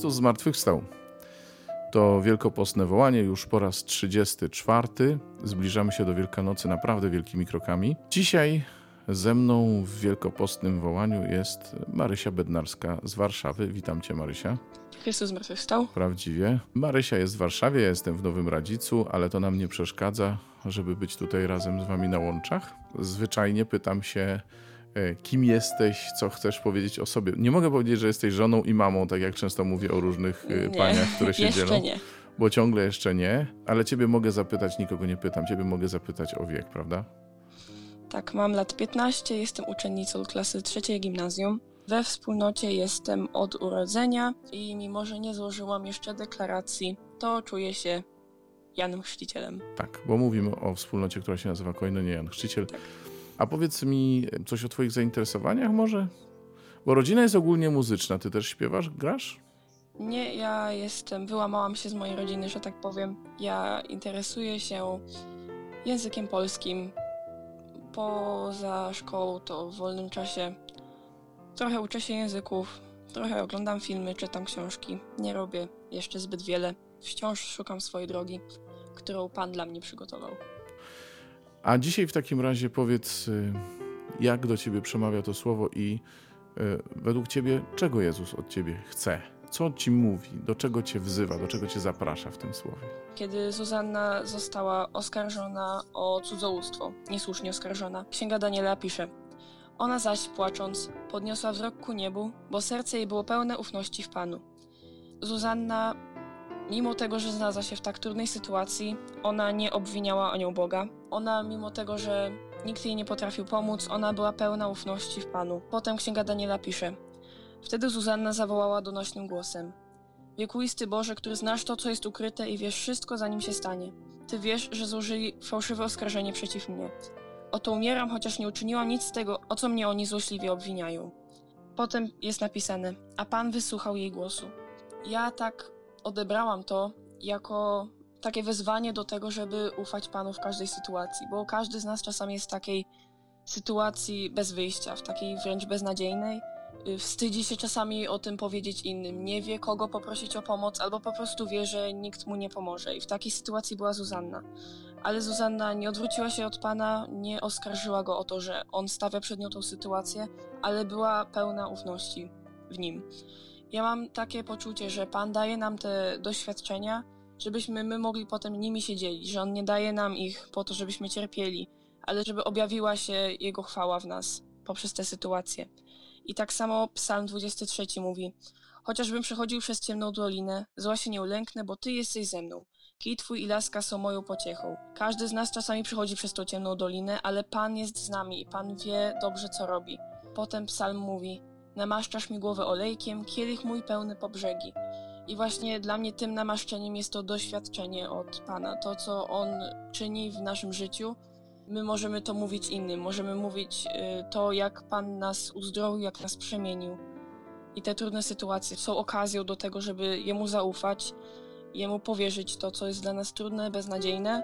Chrystus zmartwychwstał. To wielkopostne wołanie już po raz 34. Zbliżamy się do Wielkanocy naprawdę wielkimi krokami. Dzisiaj ze mną w wielkopostnym wołaniu jest Marysia Bednarska z Warszawy. Witam Cię, Marysia. Chrystus zmartwychwstał. Prawdziwie. Marysia jest w Warszawie, ja jestem w Nowym Radzicu, ale to nam nie przeszkadza, żeby być tutaj razem z Wami na łączach. Zwyczajnie pytam się, kim jesteś, co chcesz powiedzieć o sobie. Nie mogę powiedzieć, że jesteś żoną i mamą, tak jak często mówię o różnych paniach, które się dzielą. Jeszcze nie. Bo ciągle jeszcze nie, ale Ciebie mogę zapytać, nikogo nie pytam, Ciebie mogę zapytać o wiek, prawda? Tak, mam lat 15, jestem uczennicą klasy 3 gimnazjum. We wspólnocie jestem od urodzenia i mimo, że nie złożyłam jeszcze deklaracji, to czuję się Janem Chrzcicielem. Tak, bo mówimy o wspólnocie, która się nazywa Koinonia Jan Chrzciciel. Tak. A powiedz mi coś o Twoich zainteresowaniach może? Bo rodzina jest ogólnie muzyczna. Ty też śpiewasz, grasz? Nie, wyłamałam się z mojej rodziny, że tak powiem. Ja interesuję się językiem polskim. Poza szkołą to w wolnym czasie trochę uczę się języków, trochę oglądam filmy, czytam książki. Nie robię jeszcze zbyt wiele. Wciąż szukam swojej drogi, którą Pan dla mnie przygotował. A dzisiaj w takim razie powiedz, jak do Ciebie przemawia to słowo i według Ciebie, czego Jezus od Ciebie chce? Co Ci mówi? Do czego Cię wzywa? Do czego Cię zaprasza w tym słowie? Kiedy Zuzanna została oskarżona o cudzołóstwo, niesłusznie oskarżona, Księga Daniela pisze: ona zaś, płacząc, podniosła wzrok ku niebu, bo serce jej było pełne ufności w Panu. Zuzanna, mimo tego, że znalazła się w tak trudnej sytuacji, ona nie obwiniała anioł Boga. Ona, mimo tego, że nikt jej nie potrafił pomóc, ona była pełna ufności w Panu. Potem Księga Daniela pisze: wtedy Zuzanna zawołała donośnym głosem: wiekuisty Boże, który znasz to, co jest ukryte i wiesz wszystko, zanim się stanie. Ty wiesz, że złożyli fałszywe oskarżenie przeciw mnie. Oto umieram, chociaż nie uczyniłam nic z tego, o co mnie oni złośliwie obwiniają. Potem jest napisane: a Pan wysłuchał jej głosu. Ja tak odebrałam to jako takie wezwanie do tego, żeby ufać Panu w każdej sytuacji, bo każdy z nas czasami jest w takiej sytuacji bez wyjścia, w takiej wręcz beznadziejnej. Wstydzi się czasami o tym powiedzieć innym, nie wie, kogo poprosić o pomoc, albo po prostu wie, że nikt mu nie pomoże. I w takiej sytuacji była Zuzanna. Ale Zuzanna nie odwróciła się od Pana, nie oskarżyła go o to, że on stawia przed nią tą sytuację, ale była pełna ufności w nim. Ja mam takie poczucie, że Pan daje nam te doświadczenia, żebyśmy my mogli potem nimi się dzielić, że On nie daje nam ich po to, żebyśmy cierpieli, ale żeby objawiła się Jego chwała w nas poprzez te sytuacje. I tak samo Psalm 23 mówi: chociażbym przechodził przez ciemną dolinę, zła się nie ulęknę, bo Ty jesteś ze mną. Kij Twój i laska są moją pociechą. Każdy z nas czasami przechodzi przez tą ciemną dolinę, ale Pan jest z nami i Pan wie dobrze, co robi. Potem Psalm mówi: namaszczasz mi głowę olejkiem, kielich mój pełny po brzegi. I właśnie dla mnie tym namaszczeniem jest to doświadczenie od Pana. To, co On czyni w naszym życiu, my możemy to mówić innym. Możemy mówić to, jak Pan nas uzdrowił, jak nas przemienił. I te trudne sytuacje są okazją do tego, żeby Jemu zaufać, Jemu powierzyć to, co jest dla nas trudne, beznadziejne,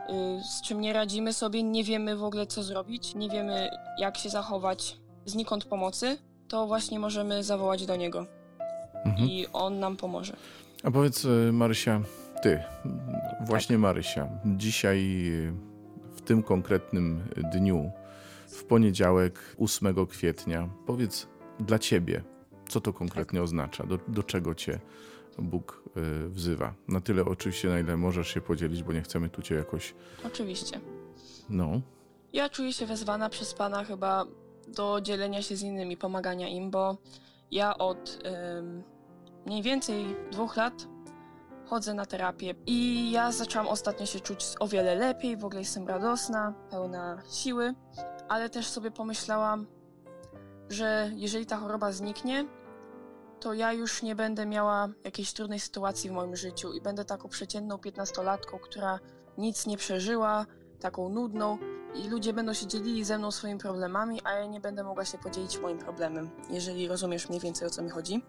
z czym nie radzimy sobie, nie wiemy w ogóle, co zrobić, nie wiemy, jak się zachować, znikąd pomocy, to właśnie możemy zawołać do Niego. I On nam pomoże. A powiedz, Marysia, Ty, właśnie tak. Marysia, dzisiaj w tym konkretnym dniu, w poniedziałek 8 kwietnia, powiedz dla Ciebie, co to konkretnie oznacza, do czego Cię Bóg wzywa. Na tyle oczywiście, na ile możesz się podzielić, bo nie chcemy tu Cię jakoś... Oczywiście. No. Ja czuję się wezwana przez Pana chyba do dzielenia się z innymi, pomagania im, bo ja od mniej więcej 2 lat chodzę na terapię i ja zaczęłam ostatnio się czuć o wiele lepiej, w ogóle jestem radosna, pełna siły, ale też sobie pomyślałam, że jeżeli ta choroba zniknie, to ja już nie będę miała jakiejś trudnej sytuacji w moim życiu i będę taką przeciętną 15-latką, która nic nie przeżyła, taką nudną i ludzie będą się dzielili ze mną swoimi problemami, a ja nie będę mogła się podzielić moim problemem, jeżeli rozumiesz mniej więcej, o co mi chodzi.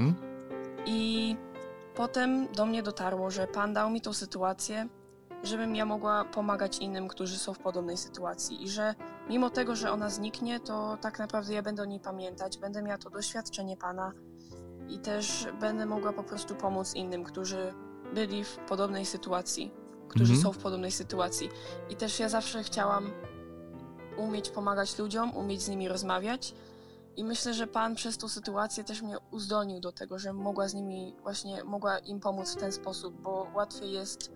I potem do mnie dotarło, że Pan dał mi tą sytuację, żebym ja mogła pomagać innym, którzy są w podobnej sytuacji i że mimo tego, że ona zniknie, to tak naprawdę ja będę o niej pamiętać, będę miała to doświadczenie Pana i też będę mogła po prostu pomóc innym, którzy byli w podobnej sytuacji, którzy są w podobnej sytuacji. I też ja zawsze chciałam umieć pomagać ludziom, umieć z nimi rozmawiać i myślę, że Pan przez tą sytuację też mnie uzdolnił do tego, że mogła im pomóc w ten sposób, bo łatwiej jest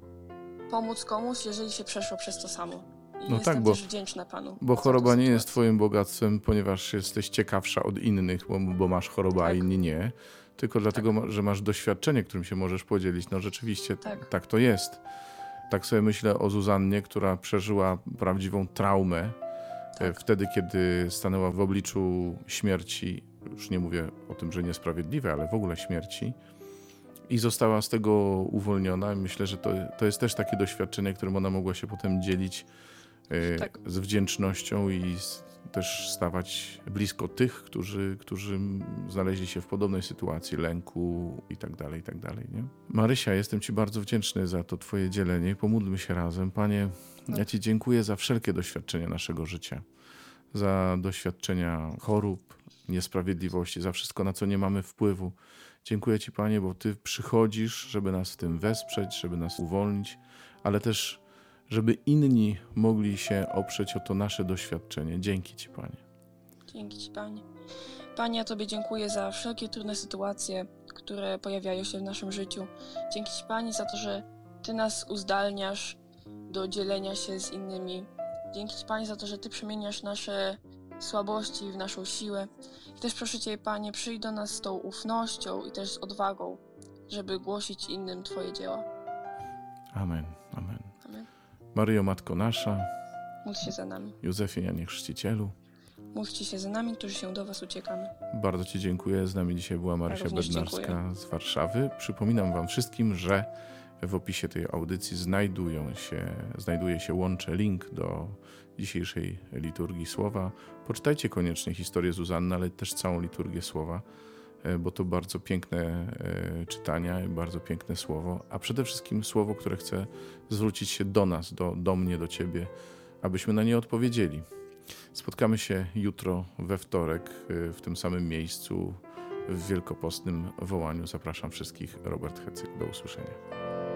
pomóc komuś, jeżeli się przeszło przez to samo. I jestem też wdzięczna Panu. Bo choroba nie jest twoim bogactwem, ponieważ jesteś ciekawsza od innych, bo masz chorobę, a inni nie. Tylko dlatego, że masz doświadczenie, którym się możesz podzielić. No rzeczywiście tak to jest. Tak sobie myślę o Zuzannie, która przeżyła prawdziwą traumę wtedy, kiedy stanęła w obliczu śmierci. Już nie mówię o tym, że niesprawiedliwe, ale w ogóle śmierci. I została z tego uwolniona. Myślę, że to jest też takie doświadczenie, którym ona mogła się potem dzielić z wdzięcznością i też stawać blisko tych, którzy znaleźli się w podobnej sytuacji, lęku i tak dalej, nie? Marysia, jestem Ci bardzo wdzięczny za to Twoje dzielenie. Pomódlmy się razem. Panie, ja Ci dziękuję za wszelkie doświadczenia naszego życia, za doświadczenia chorób, niesprawiedliwości, za wszystko, na co nie mamy wpływu. Dziękuję Ci, Panie, bo Ty przychodzisz, żeby nas w tym wesprzeć, żeby nas uwolnić, ale też żeby inni mogli się oprzeć o to nasze doświadczenie. Dzięki Ci, Panie. Dzięki Ci, Panie. Panie, ja Tobie dziękuję za wszelkie trudne sytuacje, które pojawiają się w naszym życiu. Dzięki Ci, Panie, za to, że Ty nas uzdalniasz do dzielenia się z innymi. Dzięki Ci, Panie, za to, że Ty przemieniasz nasze słabości w naszą siłę. I też proszę Cię, Panie, przyjdź do nas z tą ufnością i też z odwagą, żeby głosić innym Twoje dzieła. Amen. Maryjo, Matko nasza, módl się za nami. Józefie, Janie Chrzcicielu, módlcie się za nami, którzy się do Was uciekamy. Bardzo Ci dziękuję. Z nami dzisiaj była Marysia Bednarska z Warszawy. Przypominam Wam wszystkim, że w opisie tej audycji znajduje się łącze, link do dzisiejszej liturgii Słowa. Poczytajcie koniecznie historię Zuzanny, ale też całą liturgię Słowa, bo to bardzo piękne czytania, bardzo piękne słowo, a przede wszystkim słowo, które chce zwrócić się do nas, do mnie, do Ciebie, abyśmy na nie odpowiedzieli. Spotkamy się jutro we wtorek w tym samym miejscu w wielkopostnym wołaniu. Zapraszam wszystkich. Robert Hecyk. Do usłyszenia.